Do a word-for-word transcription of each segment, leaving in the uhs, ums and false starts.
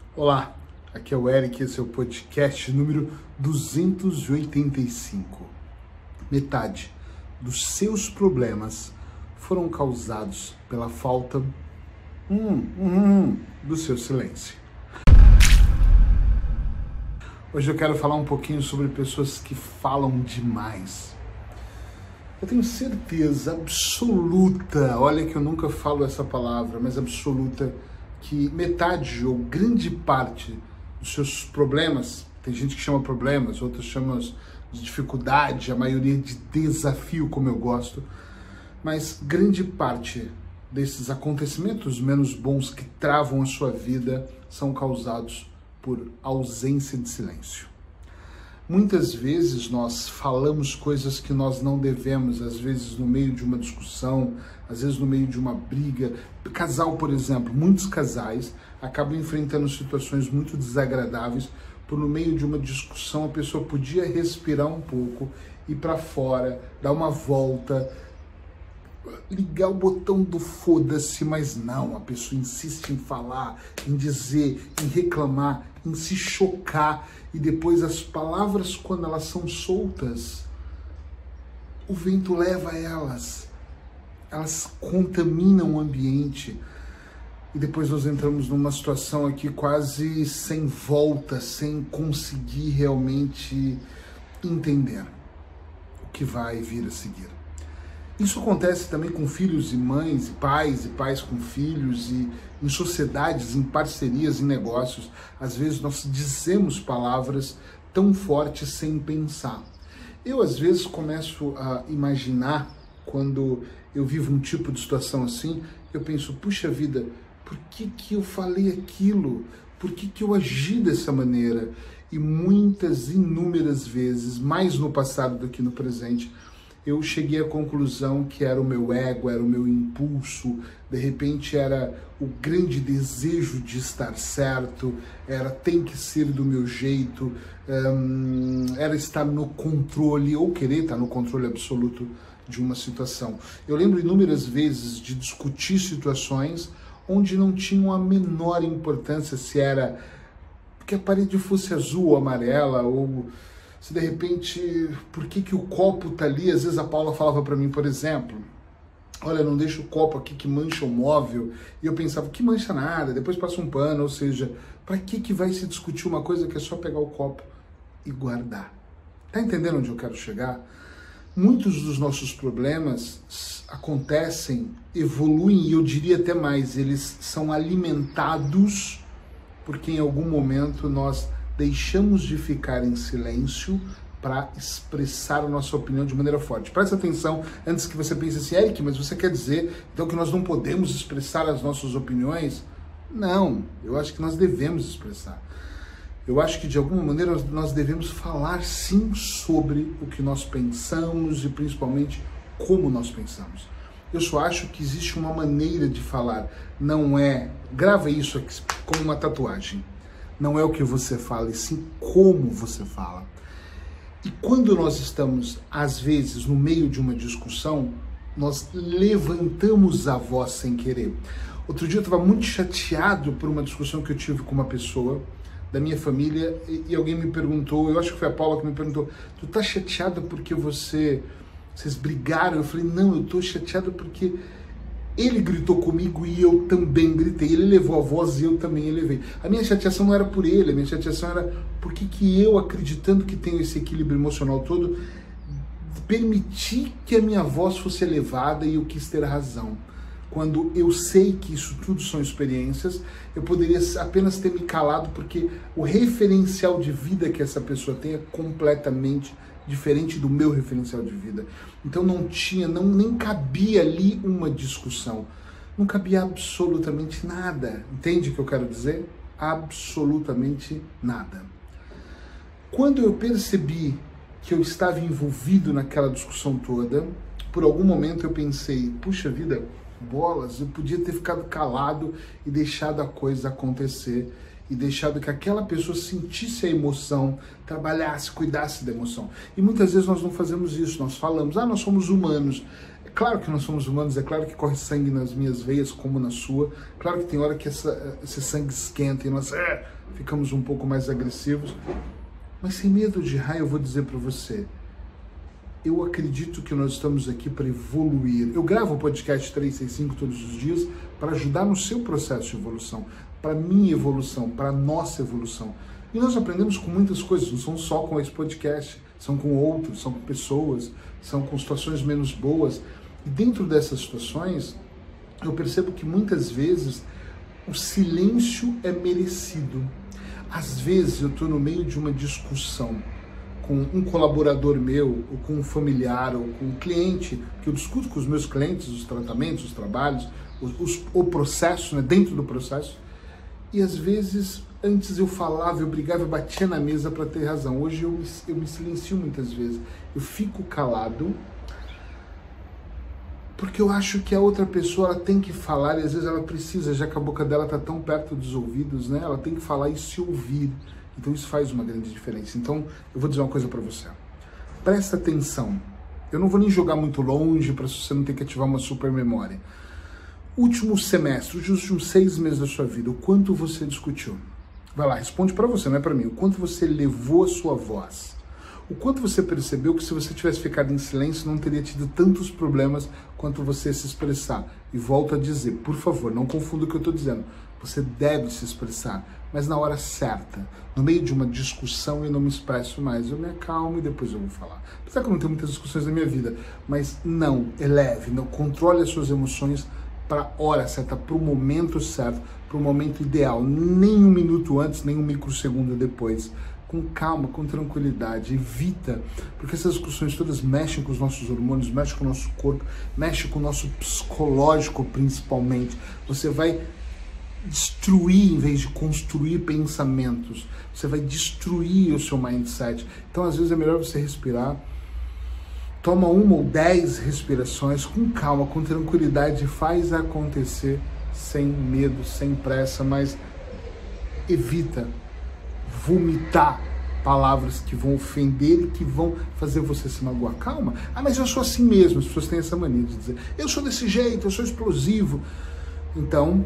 Olá, aqui é o Eric, esse é o podcast número duzentos e oitenta e cinco. Metade dos seus problemas foram causados pela falta hum, hum, do seu silêncio. Hoje eu quero falar um pouquinho sobre pessoas que falam demais. Eu tenho certeza absoluta, olha que eu nunca falo essa palavra, mas absoluta, que metade ou grande parte dos seus problemas, tem gente que chama problemas, outros chamam de dificuldade, a maioria de desafio, como eu gosto, mas grande parte desses acontecimentos menos bons que travam a sua vida são causados por ausência de silêncio. Muitas vezes nós falamos coisas que nós não devemos, às vezes no meio de uma discussão, às vezes no meio de uma briga. Casal, por exemplo, muitos casais acabam enfrentando situações muito desagradáveis por no meio de uma discussão a pessoa podia respirar um pouco, ir para fora, dar uma volta, ligar o botão do foda-se, mas não, a pessoa insiste em falar, em dizer, em reclamar, em se chocar, e depois as palavras, quando elas são soltas, o vento leva elas, elas contaminam o ambiente, e depois nós entramos numa situação aqui quase sem volta, sem conseguir realmente entender o que vai vir a seguir. Isso acontece também com filhos e mães, e pais e pais com filhos, e em sociedades, em parcerias, em negócios. Às vezes nós dizemos palavras tão fortes sem pensar. Eu às vezes começo a imaginar, quando eu vivo um tipo de situação assim, eu penso, puxa vida, por que que eu falei aquilo? Por que que eu agi dessa maneira? E muitas, inúmeras vezes, mais no passado do que no presente, eu cheguei à conclusão que era o meu ego, era o meu impulso, de repente era o grande desejo de estar certo, era tem que ser do meu jeito, hum, era estar no controle, ou querer estar no controle absoluto de uma situação. Eu lembro inúmeras vezes de discutir situações onde não tinham a menor importância se era que a parede fosse azul ou amarela, ou se de repente, por que que o copo tá ali? Às vezes a Paula falava para mim, por exemplo, olha, não deixa o copo aqui que mancha o móvel. E eu pensava, que mancha nada, depois passa um pano, ou seja, para que que vai se discutir uma coisa que é só pegar o copo e guardar? Tá entendendo onde eu quero chegar? Muitos dos nossos problemas acontecem, evoluem, e eu diria até mais, eles são alimentados porque em algum momento nós deixamos de ficar em silêncio para expressar a nossa opinião de maneira forte. Presta atenção, antes que você pense assim, Eric, mas você quer dizer então que nós não podemos expressar as nossas opiniões? Não, eu acho que nós devemos expressar. Eu acho que de alguma maneira nós devemos falar sim sobre o que nós pensamos e principalmente como nós pensamos. Eu só acho que existe uma maneira de falar, não é, grava isso aqui como uma tatuagem. Não é o que você fala, e sim como você fala. E quando nós estamos, às vezes, no meio de uma discussão, nós levantamos a voz sem querer. Outro dia eu estava muito chateado por uma discussão que eu tive com uma pessoa da minha família, e alguém me perguntou, eu acho que foi a Paula que me perguntou, tu tá chateada porque você, vocês brigaram? Eu falei, não, eu tô chateado porque ele gritou comigo e eu também gritei. Ele levou a voz e eu também elevei. A minha chateação não era por ele, a minha chateação era porque que eu, acreditando que tenho esse equilíbrio emocional todo, permiti que a minha voz fosse elevada e eu quis ter razão. Quando eu sei que isso tudo são experiências, eu poderia apenas ter me calado, porque o referencial de vida que essa pessoa tem é completamente diferente do meu referencial de vida. Então não tinha, não, nem cabia ali uma discussão. Não cabia absolutamente nada. Entende o que eu quero dizer? Absolutamente nada. Quando eu percebi que eu estava envolvido naquela discussão toda, por algum momento eu pensei, puxa vida, bolas, eu podia ter ficado calado e deixado a coisa acontecer, e deixado que aquela pessoa sentisse a emoção, trabalhasse, cuidasse da emoção. E muitas vezes nós não fazemos isso, nós falamos, ah, nós somos humanos. É claro que nós somos humanos, é claro que corre sangue nas minhas veias como na sua, claro que tem hora que essa, esse sangue esquenta e nós é, ficamos um pouco mais agressivos, mas sem medo de errar eu vou dizer para você, eu acredito que nós estamos aqui para evoluir. Eu gravo o podcast trezentos e sessenta e cinco todos os dias para ajudar no seu processo de evolução, para minha evolução, para nossa evolução. E nós aprendemos com muitas coisas, não são só com esse podcast, são com outros, são com pessoas, são com situações menos boas. E dentro dessas situações, eu percebo que muitas vezes o silêncio é merecido. Às vezes eu estou no meio de uma discussão com um colaborador meu, ou com um familiar, ou com um cliente, que eu discuto com os meus clientes, os tratamentos, os trabalhos, os, os, o processo, né, dentro do processo, e às vezes, antes eu falava, eu brigava, eu batia na mesa para ter razão. Hoje eu me, eu me silencio muitas vezes, eu fico calado, porque eu acho que a outra pessoa ela tem que falar, e às vezes ela precisa, já que a boca dela está tão perto dos ouvidos, né, ela tem que falar e se ouvir. Então isso faz uma grande diferença. Então eu vou dizer uma coisa para você. Presta atenção. Eu não vou nem jogar muito longe para você não ter que ativar uma super memória. Último semestre, os últimos seis meses da sua vida, o quanto você discutiu? Vai lá, responde para você, não é para mim. O quanto você levou a sua voz? O quanto você percebeu que se você tivesse ficado em silêncio não teria tido tantos problemas quanto você se expressar? E volto a dizer, por favor, não confunda o que eu estou dizendo. Você deve se expressar, mas na hora certa. No meio de uma discussão eu não me expresso mais, eu me acalmo e depois eu vou falar. Apesar que eu não tenho muitas discussões na minha vida, mas não, eleve, não controle as suas emoções para a hora certa, para o momento certo, para o momento ideal. Nem um minuto antes, nem um microsegundo depois. Com calma, com tranquilidade, evita, porque essas discussões todas mexem com os nossos hormônios, mexem com o nosso corpo, mexem com o nosso psicológico principalmente. Você vai destruir em vez de construir pensamentos, você vai destruir o seu mindset. Então às vezes é melhor você respirar, toma uma ou dez respirações com calma, com tranquilidade, faz acontecer sem medo, sem pressa, mas evita vomitar palavras que vão ofender e que vão fazer você se magoar. Calma, ah, mas eu sou assim mesmo. As pessoas têm essa mania de dizer, eu sou desse jeito, eu sou explosivo. Então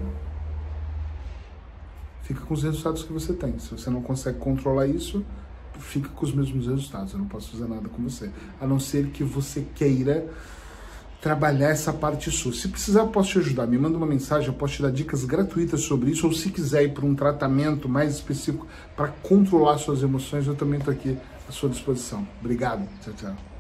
fica com os resultados que você tem. Se você não consegue controlar isso, fica com os mesmos resultados. Eu não posso fazer nada com você. A não ser que você queira trabalhar essa parte sua. Se precisar, eu posso te ajudar. Me manda uma mensagem, eu posso te dar dicas gratuitas sobre isso. Ou se quiser ir para um tratamento mais específico para controlar suas emoções, eu também estou aqui à sua disposição. Obrigado. Tchau, tchau.